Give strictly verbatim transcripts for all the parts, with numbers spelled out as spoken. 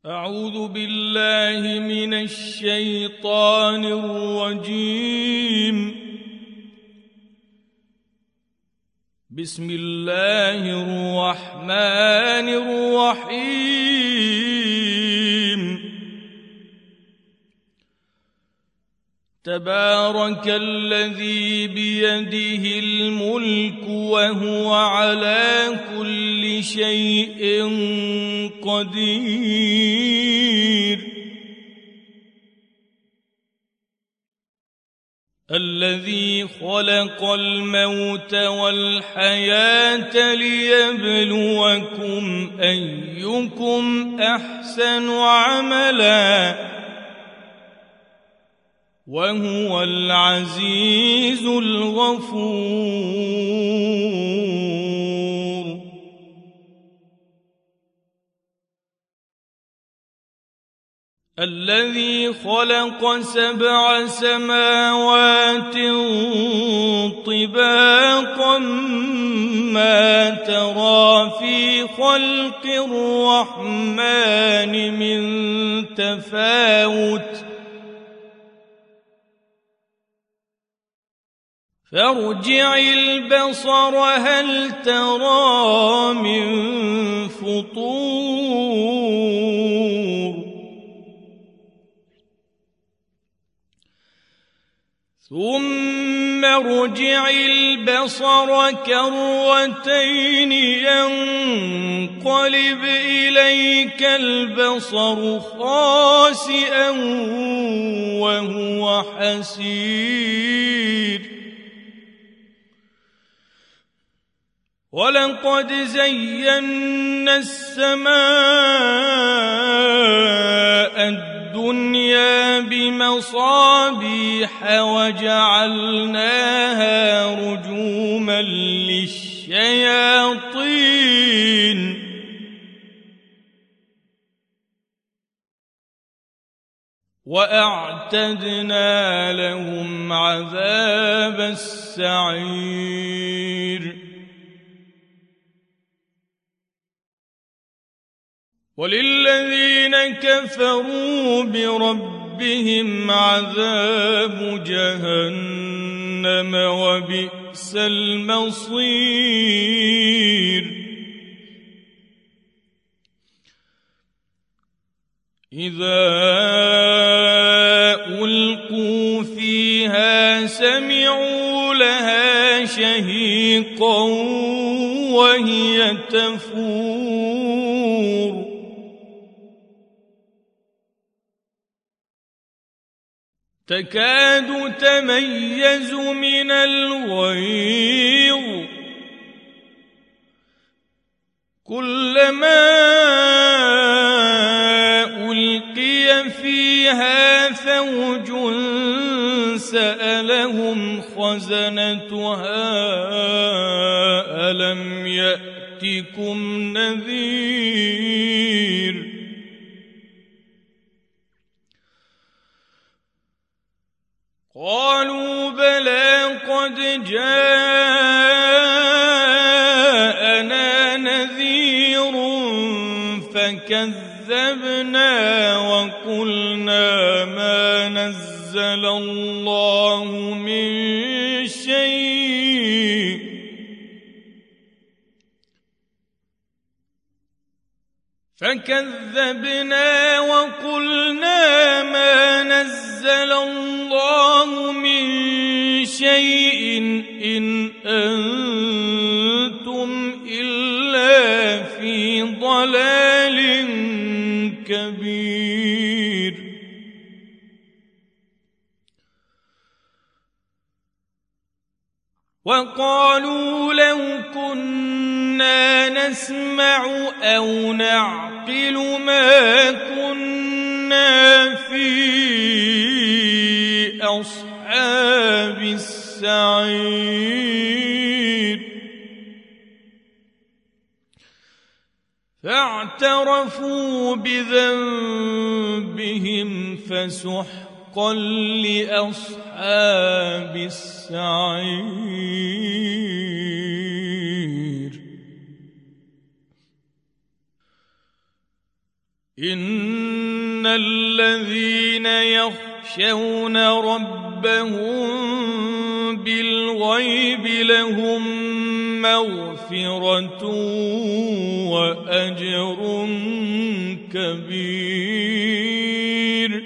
أعوذ بالله من الشيطان الرجيم. بسم الله الرحمن الرحيم. تبارك الذي بيده الملك وهو على كل شيء قدير. الذي خلق الموت والحياة ليبلوكم أيكم أحسن عملا وهو العزيز الغفور. الذي خلق سبع سماوات طباقا ما ترى في خلق الرحمن من تفاوت فارجع البصر هل ترى من فطور ثم ارجع البصر كرتين ينقلب إليك البصر خاسئا وهو حسير. ولقد زينا السماء الدنيا بمصابيح وجعلناها رجوما للشياطين وأعتدنا لهم عذاب السعير. وللذين كفروا بربهم عذاب جهنم وبئس المصير. إذا ألقوا فيها سمعوا لها شهيقا وهي تفور تكاد تميز من الغيظ كلما ألقي فيها فوج سألهم خزنتها ألم يأتكم نذير. قالوا بلى قد جاءنا نذير فكذبنا وقلنا ما نزل الله من شيء فكذبنا وقلنا ما نزل الله من شيء إن أنتم إلا في ضلال كبير. وقالوا لو كنا نسمع أو نعقل ما كنا في أصحاب السعير. فاعترفوا بذنبهم فسحقا لأصحاب السعير. إن الذين يخشون ربهم بالغيب لهم مغفرة وأجر كبير.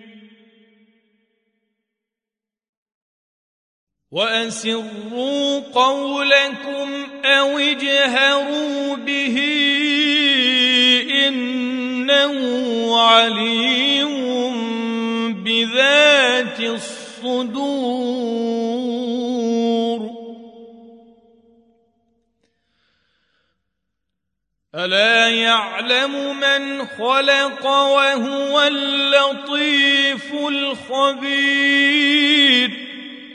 وأسروا قولكم أو اجهروا به إنه عليم بذات الصدور. ألا يعلم من خلق وهو اللطيف الخبير.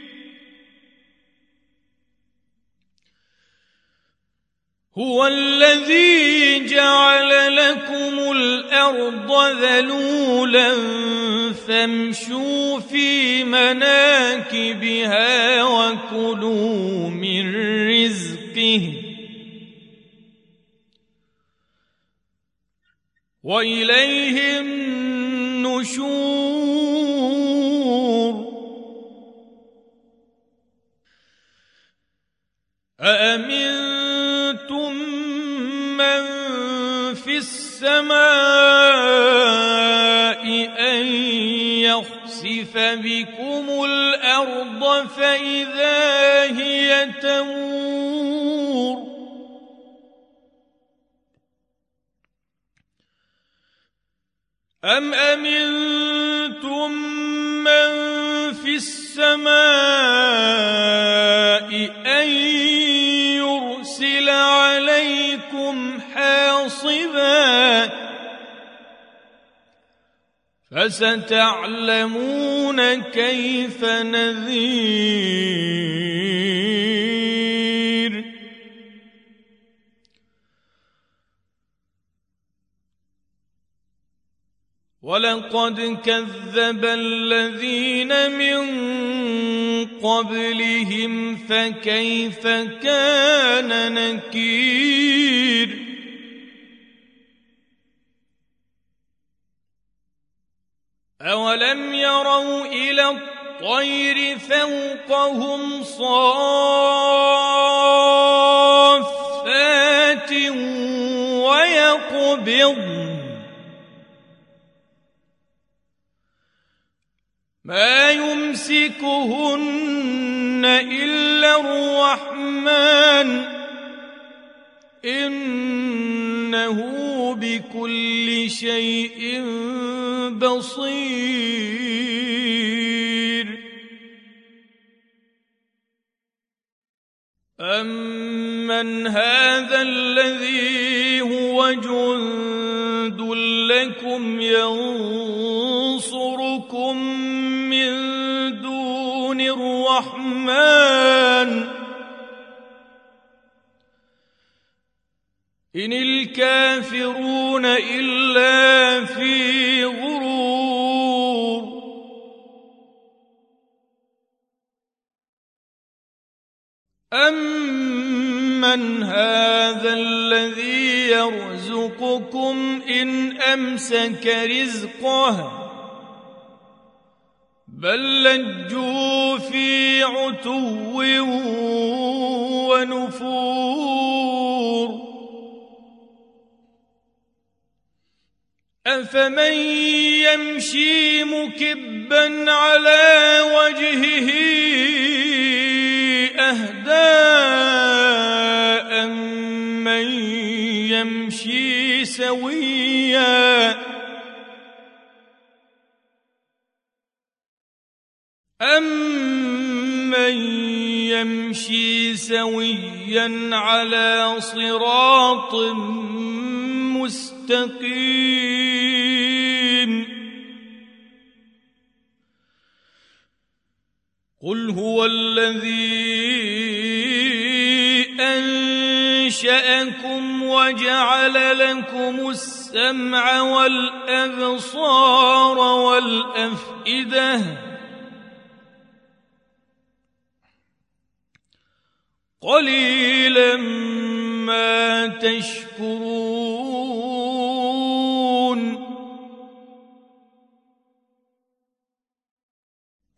هو الذي جعل لكم الأرض ذلولا فامشوا في مناكبها وكلوا من رزقه وإليه النشور. أأمنتم من في السماء أن يخسف بكم الأرض فإذا هي تمور. أم أمنتم من في السماء أن يرسل عليكم حاصبا فستعلمون كيف نذير. ولقد كذب الذين من قبلهم فكيف كان نكير. أولم يروا إلى الطير فوقهم صافات ويقبضن ما يمسكهن إلا الرحمن إنه بكل شيء بصير. أمن هذا الذي هو جند لكم ينصركم من دون الرحمن إن الكافرون إلا في غرور. أمن هذا الذي يرزقكم إن أمسك رزقه بل لجوا في عتو ونفور. أفمن يمشي مكبا على وجهه أهدى أمن يمشي سويا أمن يمشي سويا على صراط مستقيم. قل هو الذي أنشأكم وجعل لكم السمع والأبصار والأفئدة قليلا ما تشكرون.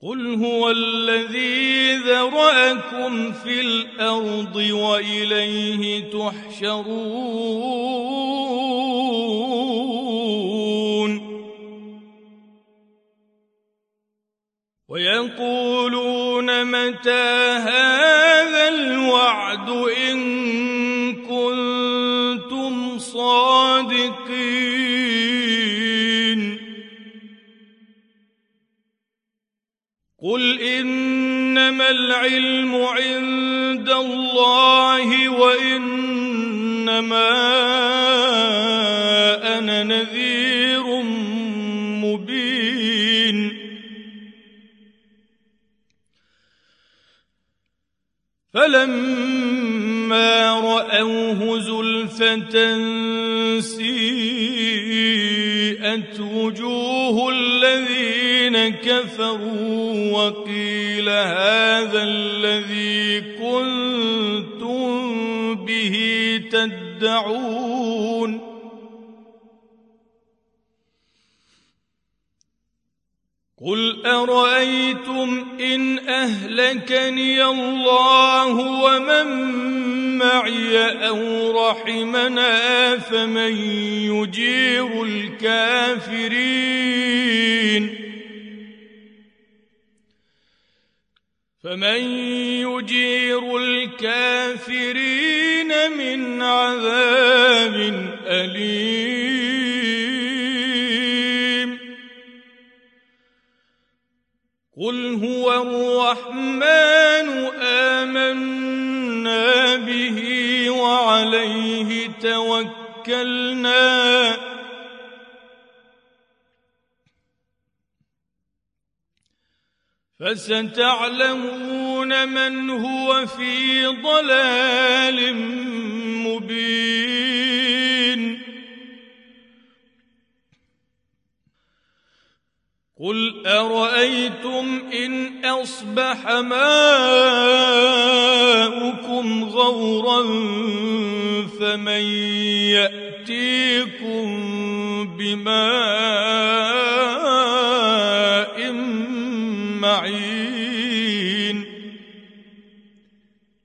قل هو الذي ذرأكم في الأرض وإليه تحشرون ويقولون متى هذا الوعد إن كنتم صادقين قل إنما العلم عند الله وإنما أنا نذير مبين فلما رأوه زلفة سيئت وجوه الذين كفروا وقيل هذا الذي كنتم به تدعون قل أرأيتم إن أهلكني الله ومن معي أو رحمنا فمن يجير الكافرين فمن يجير الكافرين من عذاب أليم قل هو الرحمن آمنا به وعليه توكلنا فستعلمون من هو في ضلال مبين قل أرأيتم إن أصبح ماؤكم غورا فمن يأتيكم بماء